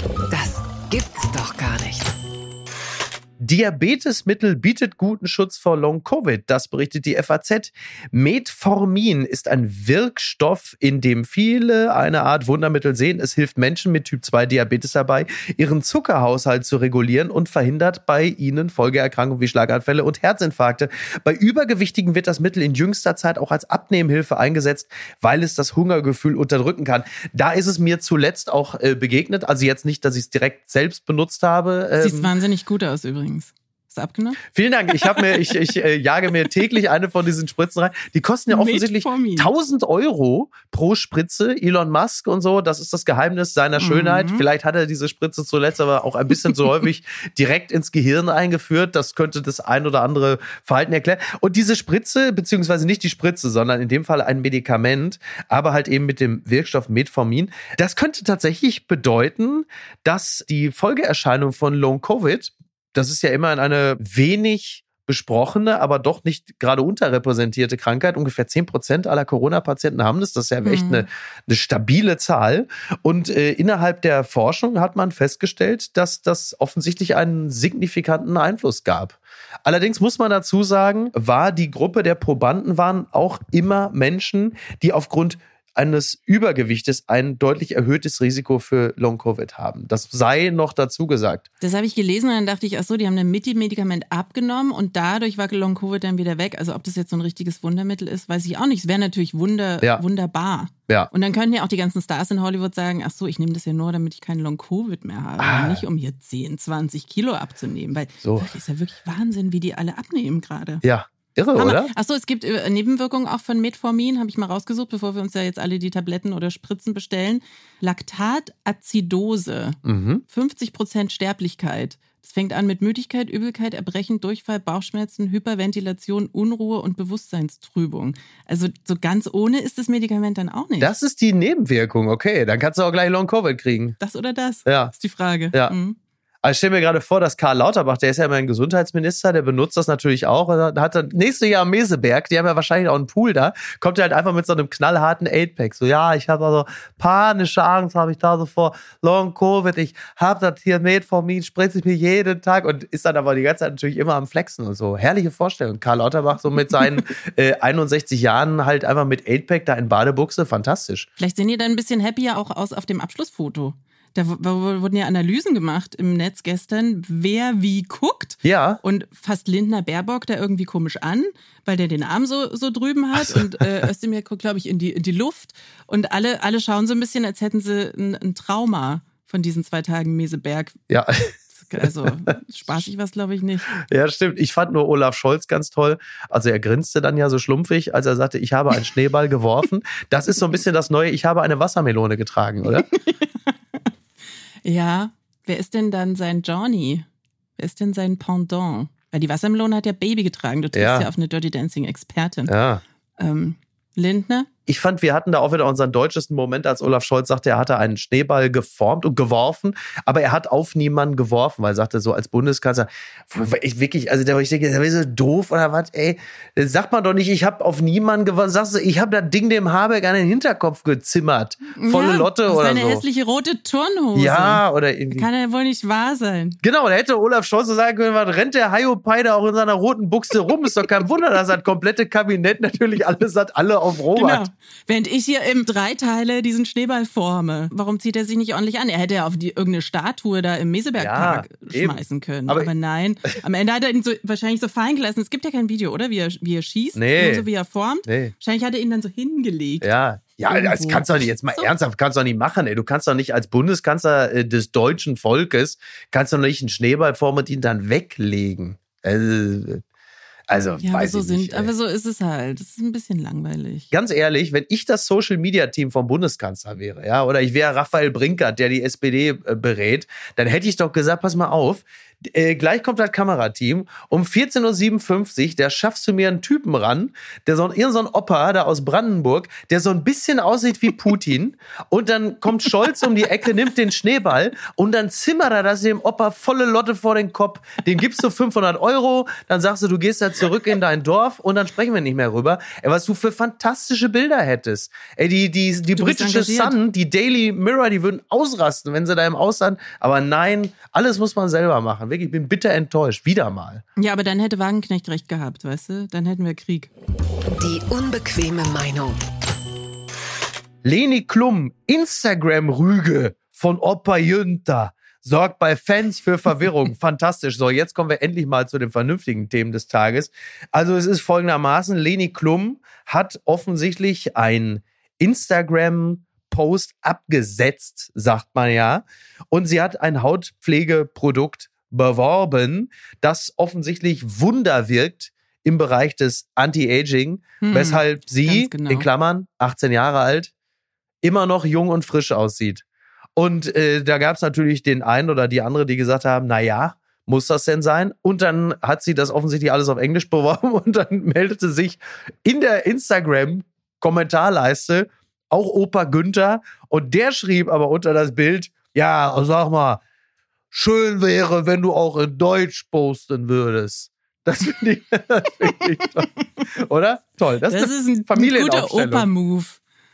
Speaker 2: Das gibt's doch gar nicht.
Speaker 1: Diabetesmittel bietet guten Schutz vor Long-Covid, das berichtet die F A Z. Metformin ist ein Wirkstoff, in dem viele eine Art Wundermittel sehen. Es hilft Menschen mit Typ zwei Diabetes dabei, ihren Zuckerhaushalt zu regulieren und verhindert bei ihnen Folgeerkrankungen wie Schlaganfälle und Herzinfarkte. Bei Übergewichtigen wird das Mittel in jüngster Zeit auch als Abnehmhilfe eingesetzt, weil es das Hungergefühl unterdrücken kann. Da ist es mir zuletzt auch äh, begegnet, also jetzt nicht, dass ich es direkt selbst benutzt habe. Ähm,
Speaker 3: Sieht wahnsinnig gut aus übrigens. Ist abgenommen?
Speaker 1: Vielen Dank. Ich habe mir, ich, ich äh, jage mir täglich eine von diesen Spritzen rein. Die kosten ja offensichtlich tausend Euro pro Spritze. Elon Musk und so, das ist das Geheimnis seiner mhm. Schönheit. Vielleicht hat er diese Spritze zuletzt aber auch ein bisschen zu häufig direkt ins Gehirn eingeführt. Das könnte das ein oder andere Verhalten erklären. Und diese Spritze, beziehungsweise nicht die Spritze, sondern in dem Fall ein Medikament, aber halt eben mit dem Wirkstoff Metformin, das könnte tatsächlich bedeuten, dass die Folgeerscheinung von Long-Covid, das ist ja immer eine wenig besprochene, aber doch nicht gerade unterrepräsentierte Krankheit. Ungefähr zehn Prozent aller Corona-Patienten haben das. Das ist ja echt mhm. eine, eine stabile Zahl. Und äh, innerhalb der Forschung hat man festgestellt, dass das offensichtlich einen signifikanten Einfluss gab. Allerdings muss man dazu sagen, war die Gruppe der Probanden waren auch immer Menschen, die aufgrund eines Übergewichtes ein deutlich erhöhtes Risiko für Long-Covid haben. Das sei noch dazu gesagt.
Speaker 3: Das habe ich gelesen und dann dachte ich, ach so, die haben ein Mittelmedikament abgenommen und dadurch war Long-Covid dann wieder weg. Also ob das jetzt so ein richtiges Wundermittel ist, weiß ich auch nicht. Es wäre natürlich wunder, ja. wunderbar.
Speaker 1: Ja.
Speaker 3: Und dann könnten ja auch die ganzen Stars in Hollywood sagen, ach so, ich nehme das ja nur, damit ich keinen Long-Covid mehr habe. Ah. Nicht um hier zehn, zwanzig Kilo abzunehmen. Weil
Speaker 1: so.
Speaker 3: Das ist ja wirklich Wahnsinn, wie die alle abnehmen gerade.
Speaker 1: Ja. Irre, Hammer. Oder?
Speaker 3: Achso, es gibt Nebenwirkungen auch von Metformin, habe ich mal rausgesucht, bevor wir uns ja jetzt alle die Tabletten oder Spritzen bestellen. Laktatazidose, mhm. fünfzig Prozent Sterblichkeit. Das fängt an mit Müdigkeit, Übelkeit, Erbrechen, Durchfall, Bauchschmerzen, Hyperventilation, Unruhe und Bewusstseinstrübung. Also so ganz ohne ist das Medikament dann auch nicht.
Speaker 1: Das ist die Nebenwirkung, okay. Dann kannst du auch gleich Long-Covid kriegen.
Speaker 3: Das oder das?
Speaker 1: Ja.
Speaker 3: Ist die Frage.
Speaker 1: Ja. Mhm. Also ich stelle mir gerade vor, dass Karl Lauterbach, der ist ja immer ein Gesundheitsminister, der benutzt das natürlich auch. Da hat er nächstes Jahr am Meseberg, die haben ja wahrscheinlich auch einen Pool da, kommt er halt einfach mit so einem knallharten Eight-Pack. So, ja, ich habe also panische Angst, habe ich da so vor Long-Covid, ich habe das hier Metformin, spritze ich mir jeden Tag und ist dann aber die ganze Zeit natürlich immer am Flexen und so. Herrliche Vorstellung. Karl Lauterbach so mit seinen äh, einundsechzig Jahren halt einfach mit Eight-Pack da in Badebuchse, fantastisch.
Speaker 3: Vielleicht sehen die dann ein bisschen happier auch aus auf dem Abschlussfoto. Da wurden ja Analysen gemacht im Netz gestern, wer wie guckt.
Speaker 1: Ja.
Speaker 3: Und fasst Lindner Baerbock da irgendwie komisch an, weil der den Arm so, so drüben hat. So. Und äh, Özdemir guckt, glaube ich, in die, in die Luft. Und alle, alle schauen so ein bisschen, als hätten sie ein, ein Trauma von diesen zwei Tagen Meseberg.
Speaker 1: Ja.
Speaker 3: Also spaßig was, glaube ich, nicht.
Speaker 1: Ja, stimmt. Ich fand nur Olaf Scholz ganz toll. Also er grinste dann ja so schlumpfig, als er sagte, ich habe einen Schneeball geworfen. Das ist so ein bisschen das Neue, ich habe eine Wassermelone getragen, oder?
Speaker 3: Ja, wer ist denn dann sein Johnny? Wer ist denn sein Pendant? Weil die Wassermelone hat ja Baby getragen. Du triffst ja, ja auf eine Dirty Dancing-Expertin.
Speaker 1: Ja.
Speaker 3: Ähm, Lindner?
Speaker 1: Ich fand, wir hatten da auch wieder unseren deutschesten Moment, als Olaf Scholz sagte, er hatte einen Schneeball geformt und geworfen, aber er hat auf niemanden geworfen, weil er sagte, so als Bundeskanzler, ich wirklich, also ich denke, das ist so doof oder was, ey, das sagt man doch nicht, ich habe auf niemanden geworfen, sagst du, ich habe das Ding dem Habeck an den Hinterkopf gezimmert, volle
Speaker 3: ja,
Speaker 1: Lotte oder so.
Speaker 3: Seine hässliche rote Turnhose.
Speaker 1: Ja, oder irgendwie.
Speaker 3: Kann ja wohl nicht wahr sein.
Speaker 1: Genau, da hätte Olaf Scholz so sagen können, was rennt der Haiopai da auch in seiner roten Buchse rum, ist doch kein Wunder, dass das komplette Kabinett natürlich alles hat, alle auf Robert.
Speaker 3: Genau. Während ich hier im Dreiteile diesen Schneeball forme. Warum zieht er sich nicht ordentlich an? Er hätte ja auf die, irgendeine Statue da im Mesebergpark ja, schmeißen können. Aber, Aber nein, am Ende hat er ihn so, wahrscheinlich so fallen gelassen. Es gibt ja kein Video, oder? Wie er, wie er schießt,
Speaker 1: nee.
Speaker 3: nur so wie er formt. Nee. Wahrscheinlich hat er ihn dann so hingelegt.
Speaker 1: Ja, ja, das kannst du doch nicht, jetzt mal so. ernsthaft, kannst du doch nicht machen, ey. Du kannst doch nicht als Bundeskanzler des deutschen Volkes, kannst du doch nicht einen Schneeball formen und ihn dann weglegen. Also, Also,
Speaker 3: ja,
Speaker 1: weiß
Speaker 3: aber so
Speaker 1: ich
Speaker 3: sind,
Speaker 1: nicht,
Speaker 3: aber so ist es halt. Das ist ein bisschen langweilig.
Speaker 1: Ganz ehrlich, wenn ich das Social-Media-Team vom Bundeskanzler wäre, ja, oder ich wäre Raphael Brinkert, der die S P D äh, berät, dann hätte ich doch gesagt, pass mal auf, äh, gleich kommt das Kamerateam, um vierzehn Uhr siebenundfünfzig, da schaffst du mir einen Typen ran, der so, irgend so ein Opa da aus Brandenburg, der so ein bisschen aussieht wie Putin und dann kommt Scholz um die Ecke, nimmt den Schneeball und dann zimmert er das dem Opa volle Lotte vor den Kopf, den gibst du fünfhundert Euro, dann sagst du, du gehst da zurück in dein Dorf und dann sprechen wir nicht mehr rüber. Ey, was du für fantastische Bilder hättest. Ey, die, die, die britische Sun, die Daily Mirror, die würden ausrasten, wenn sie da im Ausland, aber nein, alles muss man selber machen. Wirklich, ich bin bitter enttäuscht. Wieder mal.
Speaker 3: Ja, aber dann hätte Wagenknecht recht gehabt, weißt du? Dann hätten wir Krieg.
Speaker 2: Die unbequeme Meinung.
Speaker 1: Leni Klum, Instagram-Rüge von Opa Jünter, sorgt bei Fans für Verwirrung. Fantastisch. So, jetzt kommen wir endlich mal zu den vernünftigen Themen des Tages. Also es ist folgendermaßen, Leni Klum hat offensichtlich ein Instagram Post abgesetzt, sagt man ja. Und sie hat ein Hautpflegeprodukt beworben, das offensichtlich Wunder wirkt im Bereich des Anti-Aging, hm, weshalb sie, genau. in Klammern, achtzehn Jahre alt, immer noch jung und frisch aussieht. Und äh, da gab es natürlich den einen oder die andere, die gesagt haben, na ja, muss das denn sein? Und dann hat sie das offensichtlich alles auf Englisch beworben und dann meldete sich in der Instagram-Kommentarleiste auch Opa Günther und der schrieb aber unter das Bild, ja, sag mal, schön wäre, wenn du auch in Deutsch posten würdest. Das finde ich, das find ich toll. Oder? Toll. Das,
Speaker 3: das ist ein, ein guter Opa-Move.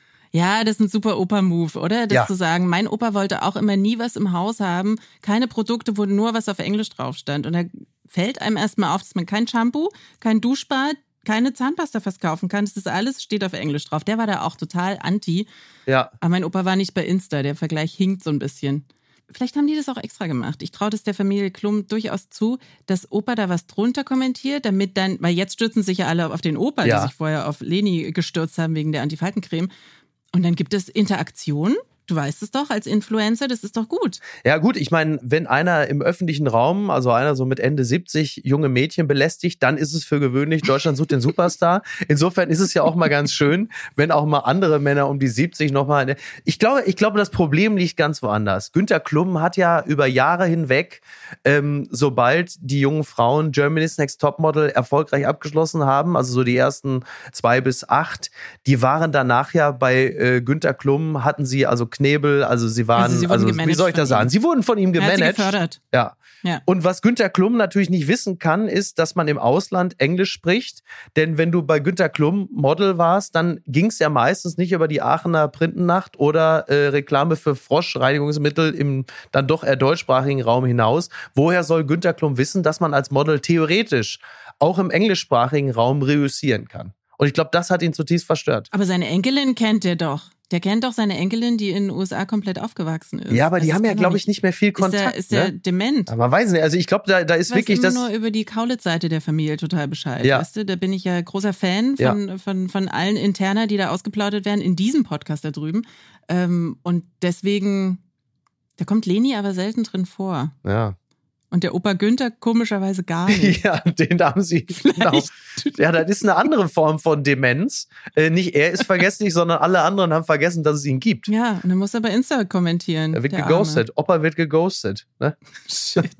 Speaker 3: Ja, das ist ein super Opa-Move, oder? Das
Speaker 1: ja.
Speaker 3: zu sagen, mein Opa wollte auch immer nie was im Haus haben, keine Produkte, wo nur was auf Englisch drauf stand. Und da fällt einem erstmal auf, dass man kein Shampoo, kein Duschbad, keine Zahnpasta fast kaufen kann. Das ist alles, steht auf Englisch drauf. Der war da auch total anti.
Speaker 1: Ja.
Speaker 3: Aber mein Opa war nicht bei Insta, der Vergleich hinkt so ein bisschen. Vielleicht haben die das auch extra gemacht. Ich traue das der Familie Klum durchaus zu, dass Opa da was drunter kommentiert, damit dann, weil jetzt stürzen sich ja alle auf den Opa,
Speaker 1: ja.
Speaker 3: die sich vorher auf Leni gestürzt haben wegen der Antifaltencreme. Und dann gibt es Interaktion. Du weißt es doch, als Influencer, das ist doch gut.
Speaker 1: Ja gut, ich meine, wenn einer im öffentlichen Raum, also einer so mit Ende siebzig, junge Mädchen belästigt, dann ist es für gewöhnlich, Deutschland sucht den Superstar. Insofern ist es ja auch mal ganz schön, wenn auch mal andere Männer um die siebzig nochmal... Ich glaube, ich glaube, das Problem liegt ganz woanders. Günter Klum hat ja über Jahre hinweg, ähm, sobald die jungen Frauen Germany's Next Topmodel erfolgreich abgeschlossen haben, also so die ersten zwei bis acht, die waren danach ja bei äh, Günter Klum, hatten sie also Knebel, also sie waren, also, sie also wie soll ich das sagen? Sie wurden von ihm gemanagt.
Speaker 3: Er hat sie gefördert.
Speaker 1: Ja.
Speaker 3: ja.
Speaker 1: Und was Günter Klum natürlich nicht wissen kann, ist, dass man im Ausland Englisch spricht. Denn wenn du bei Günter Klum Model warst, dann ging es ja meistens nicht über die Aachener Printennacht oder äh, Reklame für Froschreinigungsmittel im dann doch eher deutschsprachigen Raum hinaus. Woher soll Günter Klum wissen, dass man als Model theoretisch auch im englischsprachigen Raum reüssieren kann? Und ich glaube, das hat ihn zutiefst verstört.
Speaker 3: Aber seine Enkelin kennt er doch. Der kennt doch seine Enkelin, die in den U S A komplett aufgewachsen ist.
Speaker 1: Ja, aber
Speaker 3: also
Speaker 1: die haben ja, glaube ich, nicht mehr viel Kontakt.
Speaker 3: Ist der, ist der
Speaker 1: ne?
Speaker 3: dement?
Speaker 1: Aber man weiß nicht. Also ich glaube, da, da ist
Speaker 3: ich weiß
Speaker 1: wirklich
Speaker 3: immer
Speaker 1: das...
Speaker 3: nur über die Kaulitz-Seite der Familie total Bescheid.
Speaker 1: Ja.
Speaker 3: Weißt du, da bin ich ja großer Fan von, ja. von, von allen Interner, die da ausgeplaudert werden, in diesem Podcast da drüben. Ähm, und deswegen, da kommt Leni aber selten drin vor.
Speaker 1: Ja.
Speaker 3: Und der Opa Günther komischerweise gar nicht.
Speaker 1: Ja, den haben sie. Genau. Ja, das ist eine andere Form von Demenz. Äh, nicht er ist vergesslich, sondern alle anderen haben vergessen, dass es ihn gibt.
Speaker 3: Ja, und dann muss er bei Insta kommentieren.
Speaker 1: Er wird geghostet. Arme. Opa wird geghostet. Ne?
Speaker 3: Shit.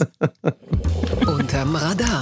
Speaker 2: Unterm Radar.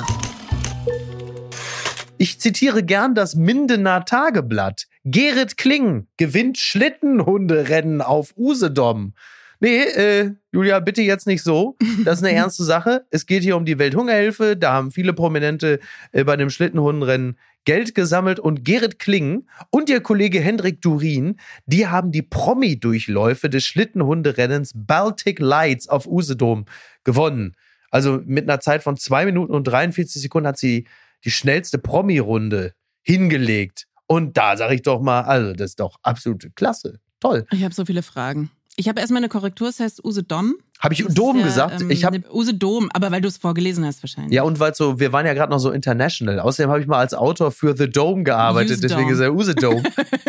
Speaker 1: Ich zitiere gern das Mindener Tageblatt. Gerrit Kling gewinnt Schlittenhunderennen auf Usedom. Nee, äh, Julia, bitte jetzt nicht so. Das ist eine ernste Sache. Es geht hier um die Welthungerhilfe. Da haben viele Prominente äh, bei dem Schlittenhunderennen Geld gesammelt. Und Gerrit Kling und ihr Kollege Hendrik Durin, die haben die Promi-Durchläufe des Schlittenhunderennens Baltic Lights auf Usedom gewonnen. Also mit einer Zeit von zwei Minuten und dreiundvierzig Sekunden hat sie die schnellste Promi-Runde hingelegt. Und da sage ich doch mal, also das ist doch absolute Klasse. Toll.
Speaker 3: Ich habe so viele Fragen. Ich habe erstmal eine Korrektur, es heißt Usedom.
Speaker 1: Habe ich Dom ja, gesagt?
Speaker 3: Ähm,
Speaker 1: ich hab,
Speaker 3: Usedom, aber weil du es vorgelesen hast wahrscheinlich.
Speaker 1: Ja, und weil so, wir waren ja gerade noch so international. Außerdem habe ich mal als Autor für The Dome gearbeitet,
Speaker 3: Usedom.
Speaker 1: Deswegen ist er Usedom.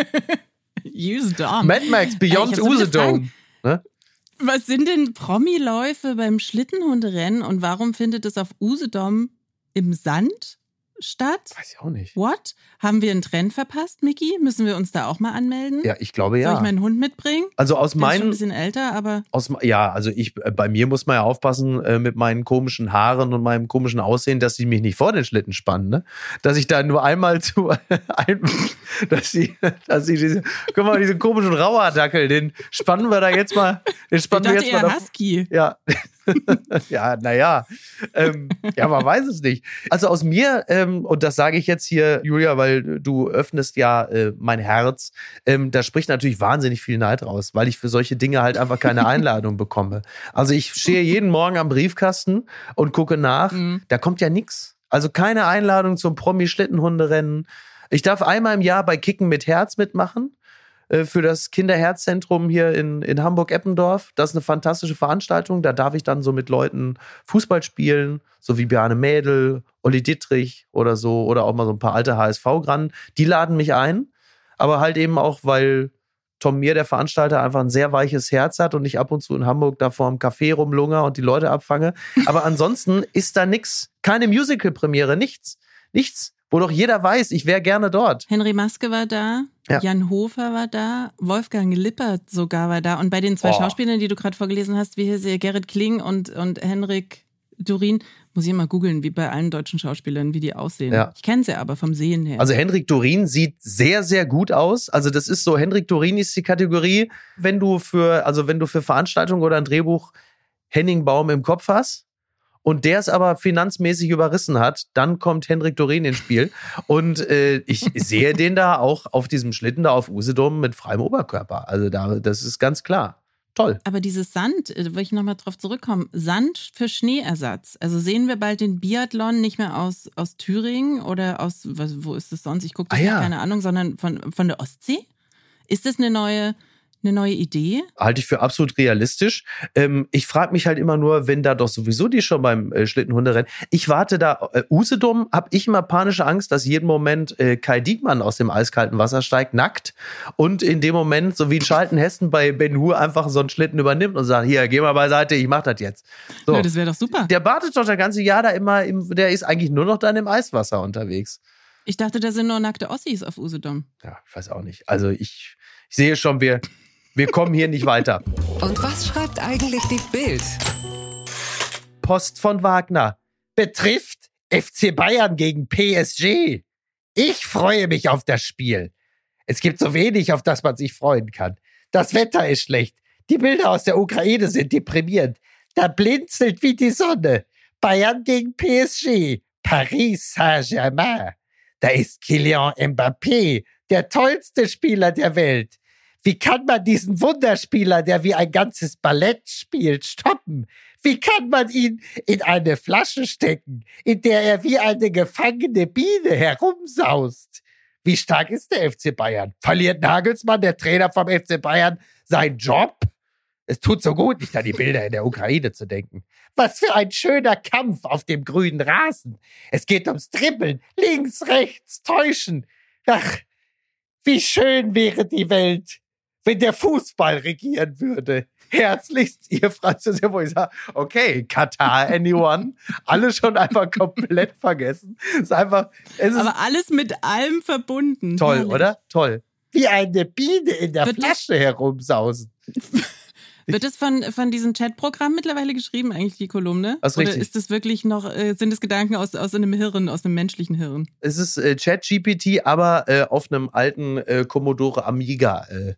Speaker 3: Usedom.
Speaker 1: Mad Max Beyond so Usedom. Ne?
Speaker 3: Was sind denn Promi-Läufe beim Schlittenhunderennen und warum findet es auf Usedom im Sand statt?
Speaker 1: Weiß ich auch nicht.
Speaker 3: What? Haben wir einen Trend verpasst, Miki? Müssen wir uns da auch mal anmelden?
Speaker 1: Ja, ich glaube ja.
Speaker 3: Soll ich meinen Hund mitbringen?
Speaker 1: Also aus meinen...
Speaker 3: Ich bin schon ein bisschen älter, aber...
Speaker 1: Aus, ja, also ich, bei mir muss man ja aufpassen äh, mit meinen komischen Haaren und meinem komischen Aussehen, dass sie mich nicht vor den Schlitten spannen, ne? Dass ich da nur einmal zu... ein, dass sie, dass sie diese... Guck mal, diesen komischen Rauhardackel, den spannen wir da jetzt mal... Den spannen
Speaker 3: ich
Speaker 1: wir
Speaker 3: dachte
Speaker 1: jetzt mal
Speaker 3: eher Husky.
Speaker 1: Ja. Ja, naja. Ähm, ja, man weiß es nicht. Also aus mir, ähm, und das sage ich jetzt hier, Julia, weil du öffnest ja äh, mein Herz, ähm, da spricht natürlich wahnsinnig viel Neid raus, weil ich für solche Dinge halt einfach keine Einladung bekomme. Also ich stehe jeden Morgen am Briefkasten und gucke nach, mhm. da kommt ja nichts. Also keine Einladung zum Promi-Schlittenhunderennen. Ich darf einmal im Jahr bei Kicken mit Herz mitmachen. Für das Kinderherzzentrum hier in, in Hamburg-Eppendorf. Das ist eine fantastische Veranstaltung. Da darf ich dann so mit Leuten Fußball spielen, so wie Bjarne Mädel, Olli Dittrich oder so, oder auch mal so ein paar alte H S V-Grannen. Die laden mich ein, aber halt eben auch, weil Tom Mier, der Veranstalter, einfach ein sehr weiches Herz hat und ich ab und zu in Hamburg da vor dem Café rumlunger und die Leute abfange. Aber ansonsten ist da nichts, keine Musical-Premiere, nichts, nichts. Wo doch jeder weiß, ich wäre gerne dort.
Speaker 3: Henry Maske war da, ja. Jan Hofer war da, Wolfgang Lippert sogar war da. Und bei den zwei oh. Schauspielern, die du gerade vorgelesen hast, wie hier sie, Gerrit Kling und, und Henrik Durin, muss ich mal googeln, wie bei allen deutschen Schauspielern, wie die aussehen. Ja. Ich kenne sie aber vom Sehen her.
Speaker 1: Also Henrik Durin sieht sehr, sehr gut aus. Also das ist so, Henrik Durin ist die Kategorie, wenn du für, also wenn du für Veranstaltungen oder ein Drehbuch Henning Baum im Kopf hast. und der es aber finanzmäßig überrissen hat, dann kommt Hendrik Doreen ins Spiel. Und äh, ich sehe den da auch auf diesem Schlitten da auf Usedom mit freiem Oberkörper. Also da, das ist ganz klar. Toll.
Speaker 3: Aber dieses Sand, da will ich nochmal drauf zurückkommen, Sand für Schneeersatz. Also sehen wir bald den Biathlon nicht mehr aus, aus Thüringen oder aus, was, wo ist das sonst? Ich gucke das
Speaker 1: ah, ja.
Speaker 3: keine Ahnung, sondern von, von der Ostsee? Ist das eine neue... Eine neue Idee?
Speaker 1: Halte ich für absolut realistisch. Ähm, ich frage mich halt immer nur, wenn da doch sowieso die schon beim äh, Schlittenhunderennen. Ich warte da, äh, Usedom, habe ich immer panische Angst, dass jeden Moment äh, Kai Diekmann aus dem eiskalten Wasser steigt, nackt. Und in dem Moment, so wie Charlton Heston bei Ben Hur, einfach so einen Schlitten übernimmt und sagt, hier, geh mal beiseite, ich mach das jetzt. So.
Speaker 3: Ja, das wäre doch super.
Speaker 1: Der badet doch das ganze Jahr da immer, im, der ist eigentlich nur noch dann im Eiswasser unterwegs.
Speaker 3: Ich dachte, da sind nur nackte Ossis auf Usedom.
Speaker 1: Ja, ich weiß auch nicht. Also ich, ich sehe schon, wir... Wir kommen hier nicht weiter.
Speaker 2: Und was schreibt eigentlich die Bild?
Speaker 1: Post von Wagner. Betrifft F C Bayern gegen P S G. Ich freue mich auf das Spiel. Es gibt so wenig, auf das man sich freuen kann. Das Wetter ist schlecht. Die Bilder aus der Ukraine sind deprimierend. Da blinzelt wie die Sonne. Bayern gegen P S G. Paris Saint-Germain. Da ist Kylian Mbappé, der tollste Spieler der Welt. Wie kann man diesen Wunderspieler, der wie ein ganzes Ballett spielt, stoppen? Wie kann man ihn in eine Flasche stecken, in der er wie eine gefangene Biene herumsaust? Wie stark ist der F C Bayern? Verliert Nagelsmann, der Trainer vom F C Bayern, seinen Job? Es tut so gut, nicht an die Bilder in der Ukraine zu denken. Was für ein schöner Kampf auf dem grünen Rasen. Es geht ums Dribbeln, links, rechts, täuschen. Ach, wie schön wäre die Welt, wenn der Fußball regieren würde. Herzlichst, ihr Franzosen, wo ich sage, okay, Katar, anyone, alle schon einfach komplett vergessen. Es ist einfach, es ist
Speaker 3: aber alles mit allem verbunden.
Speaker 1: toll,
Speaker 3: Herrlich.
Speaker 1: oder? Toll. Wie eine Biene in der
Speaker 3: Wird
Speaker 1: Flasche herumsausen.
Speaker 3: Wird das von, von diesem Chatprogramm mittlerweile geschrieben, eigentlich die Kolumne?
Speaker 1: Das ist
Speaker 3: Oder
Speaker 1: richtig.
Speaker 3: ist das wirklich noch, äh, sind es Gedanken aus, aus einem Hirn, aus einem menschlichen Hirn?
Speaker 1: Es ist äh, ChatGPT, aber äh, auf einem alten äh, Commodore Amiga. Äh.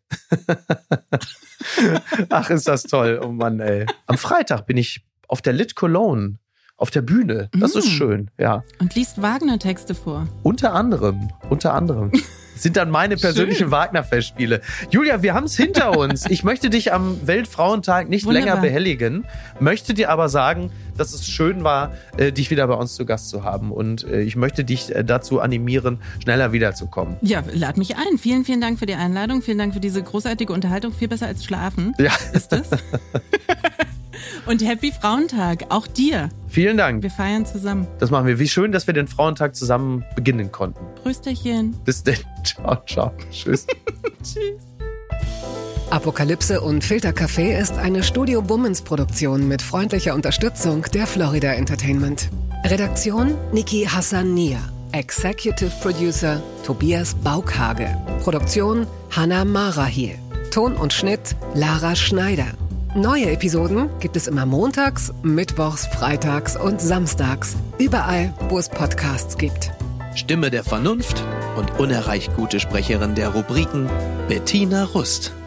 Speaker 1: Ach, ist das toll. Oh Mann, ey. Am Freitag bin ich auf der Lit Cologne, auf der Bühne. Das
Speaker 3: Mm.
Speaker 1: ist schön, ja.
Speaker 3: Und liest Wagner-Texte vor.
Speaker 1: Unter anderem, unter anderem. Sind dann meine persönlichen Wagner-Festspiele. Julia, wir haben es hinter uns. Ich möchte dich am Weltfrauentag nicht
Speaker 3: Wunderbar.
Speaker 1: länger behelligen, möchte dir aber sagen, dass es schön war, äh, dich wieder bei uns zu Gast zu haben. Und äh, ich möchte dich äh, dazu animieren, schneller wiederzukommen.
Speaker 3: Ja, lad mich ein. Vielen, vielen Dank für die Einladung. Vielen Dank für diese großartige Unterhaltung. Viel besser als schlafen.
Speaker 1: Ja.
Speaker 3: Ist das? Und Happy Frauentag. Auch dir.
Speaker 1: Vielen Dank.
Speaker 3: Wir feiern zusammen.
Speaker 1: Das machen wir. Wie schön, dass wir den Frauentag zusammen beginnen konnten.
Speaker 3: Prösterchen.
Speaker 1: Bis denn. Ciao, ciao. Tschüss.
Speaker 3: Tschüss.
Speaker 2: Apokalypse und Filtercafé ist eine Studio Bummens Produktion mit freundlicher Unterstützung der Florida Entertainment. Redaktion Niki Hassania. Executive Producer Tobias Baukhage. Produktion Hannah Marahiel. Ton und Schnitt Lara Schneider. Neue Episoden gibt es immer montags, mittwochs, freitags und samstags. Überall, wo es Podcasts gibt.
Speaker 4: Stimme der Vernunft und unerreicht gute Sprecherin der Rubriken Bettina Rust.